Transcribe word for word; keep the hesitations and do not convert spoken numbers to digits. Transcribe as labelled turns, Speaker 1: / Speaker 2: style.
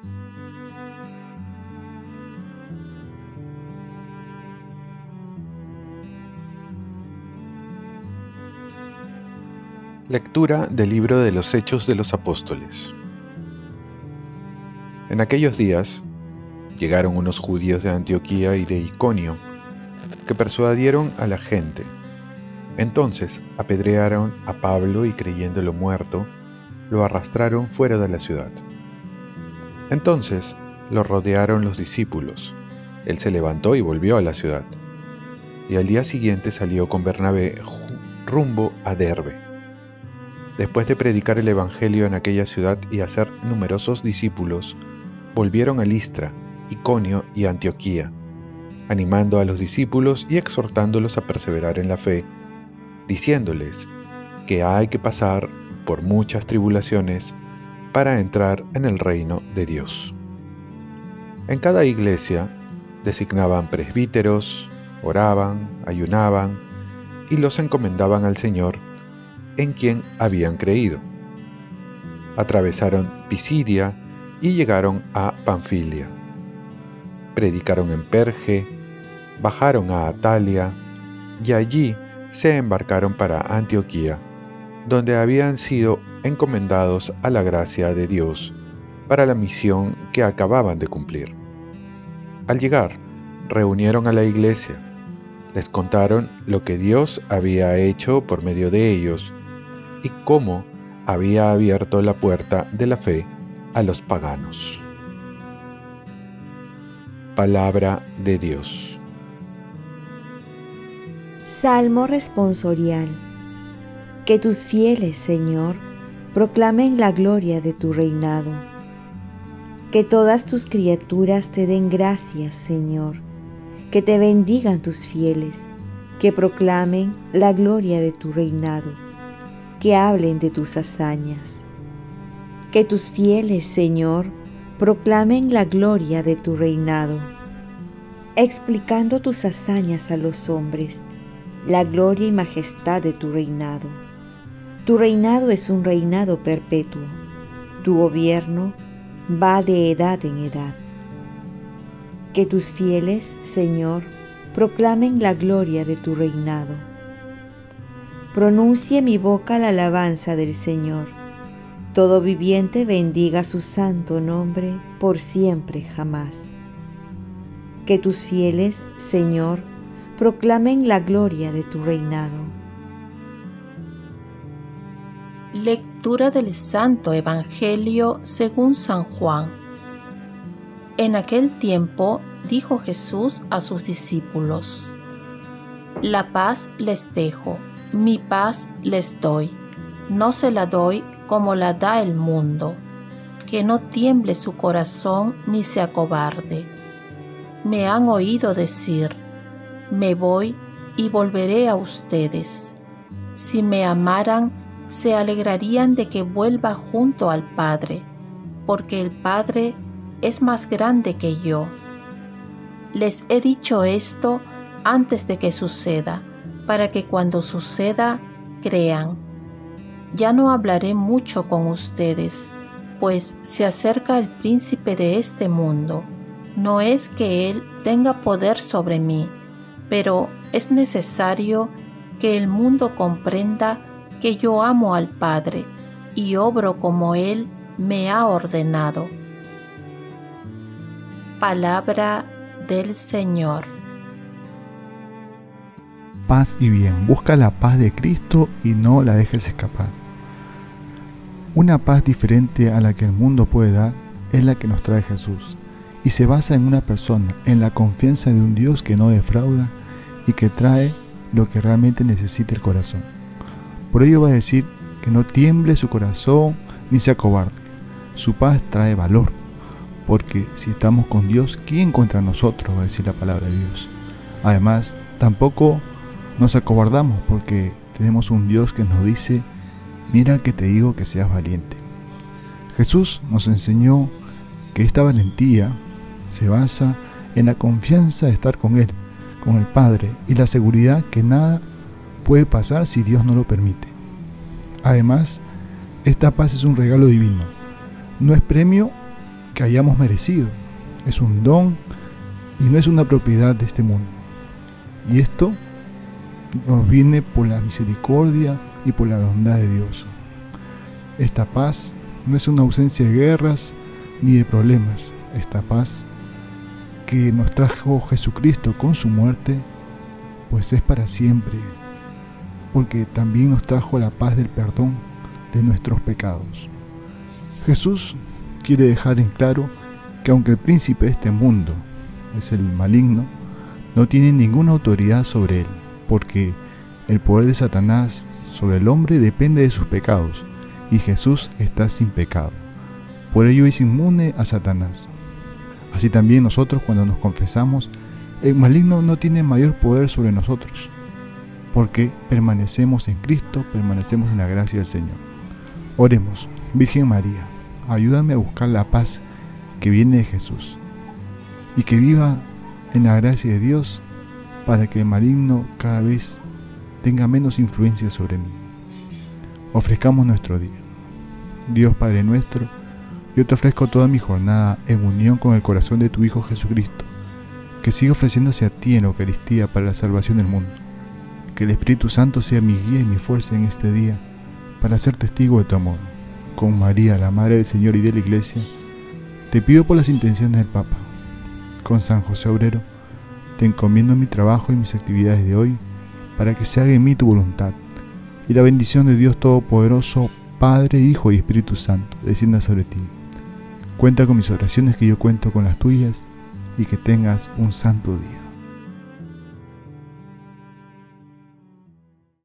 Speaker 1: Lectura del libro de los Hechos de los Apóstoles. En aquellos días llegaron unos judíos de Antioquía y de Iconio que persuadieron a la gente. Entonces apedrearon a Pablo y, creyéndolo muerto, lo arrastraron fuera de la ciudad. Entonces lo rodearon los discípulos. Él se levantó y volvió a la ciudad. Y al día siguiente salió con Bernabé rumbo a Derbe. Después de predicar el evangelio en aquella ciudad y hacer numerosos discípulos, volvieron a Listra, Iconio y Antioquía, animando a los discípulos y exhortándolos a perseverar en la fe, diciéndoles que hay que pasar por muchas tribulaciones para entrar en el reino de Dios. En cada iglesia designaban presbíteros, oraban, ayunaban y los encomendaban al Señor, en quien habían creído. Atravesaron Pisidia y llegaron a Panfilia. Predicaron en Perge, bajaron a Atalia y allí se embarcaron para Antioquía, donde habían sido encomendados a la gracia de Dios para la misión que acababan de cumplir. Al llegar, reunieron a la iglesia, les contaron lo que Dios había hecho por medio de ellos y cómo había abierto la puerta de la fe a los paganos. Palabra de Dios.
Speaker 2: Salmo responsorial. Que tus fieles, Señor, proclamen la gloria de tu reinado. Que todas tus criaturas te den gracias, Señor. Que te bendigan tus fieles, que proclamen la gloria de tu reinado. Que hablen de tus hazañas. Que tus fieles, Señor, proclamen la gloria de tu reinado, explicando tus hazañas a los hombres, la gloria y majestad de tu reinado. Tu reinado es un reinado perpetuo, tu gobierno va de edad en edad. Que tus fieles, Señor, proclamen la gloria de tu reinado. Pronuncie mi boca la alabanza del Señor. Todo viviente bendiga su santo nombre por siempre jamás. Que tus fieles, Señor, proclamen la gloria de tu reinado.
Speaker 3: Lectura del Santo Evangelio según San Juan. En aquel tiempo dijo Jesús a sus discípulos: La paz les dejo, mi paz les doy, no se la doy como la da el mundo, que no tiemble su corazón ni se acobarde. Me han oído decir: me voy y volveré a ustedes. Si me amaran, se alegrarían de que vuelva junto al Padre, porque el Padre es más grande que yo. Les he dicho esto antes de que suceda, para que cuando suceda, crean. Ya no hablaré mucho con ustedes, pues se acerca el príncipe de este mundo. No es que él tenga poder sobre mí, pero es necesario que el mundo comprenda que yo amo al Padre y obro como Él me ha ordenado. Palabra del Señor.
Speaker 4: Paz y bien. Busca la paz de Cristo y no la dejes escapar. Una paz diferente a la que el mundo puede dar es la que nos trae Jesús, y se basa en una persona, en la confianza de un Dios que no defrauda y que trae lo que realmente necesita el corazón. Por ello va a decir que no tiemble su corazón ni se acobarde. Su paz trae valor, porque si estamos con Dios, ¿quién contra nosotros?, va a decir la palabra de Dios. Además, tampoco nos acobardamos, porque tenemos un Dios que nos dice: mira que te digo que seas valiente. Jesús nos enseñó que esta valentía se basa en la confianza de estar con Él, con el Padre, y la seguridad que nada puede pasar si Dios no lo permite. Además, esta paz es un regalo divino. No es premio que hayamos merecido. Es un don y no es una propiedad de este mundo. Y esto nos viene por la misericordia y por la bondad de Dios. Esta paz no es una ausencia de guerras ni de problemas. Esta paz que nos trajo Jesucristo con su muerte, pues es para siempre, porque también nos trajo la paz del perdón de nuestros pecados. Jesús quiere dejar en claro que aunque el príncipe de este mundo es el maligno, no tiene ninguna autoridad sobre él, porque el poder de Satanás sobre el hombre depende de sus pecados, y Jesús está sin pecado. Por ello es inmune a Satanás. Así también nosotros, cuando nos confesamos, el maligno no tiene mayor poder sobre nosotros, porque permanecemos en Cristo, permanecemos en la gracia del Señor. Oremos. Virgen María, ayúdame a buscar la paz que viene de Jesús, y que viva en la gracia de Dios, para que el maligno cada vez tenga menos influencia sobre mí. Ofrezcamos nuestro día. Dios Padre nuestro, yo te ofrezco toda mi jornada en unión con el corazón de tu Hijo Jesucristo, que sigue ofreciéndose a ti en Eucaristía para la salvación del mundo. Que el Espíritu Santo sea mi guía y mi fuerza en este día, para ser testigo de tu amor. Con María, la Madre del Señor y de la Iglesia, te pido por las intenciones del Papa. Con San José Obrero, te encomiendo mi trabajo y mis actividades de hoy, para que se haga en mí tu voluntad, y la bendición de Dios Todopoderoso, Padre, Hijo y Espíritu Santo, descienda sobre ti. Cuenta con mis oraciones, que yo cuento con las tuyas, y que tengas un santo día.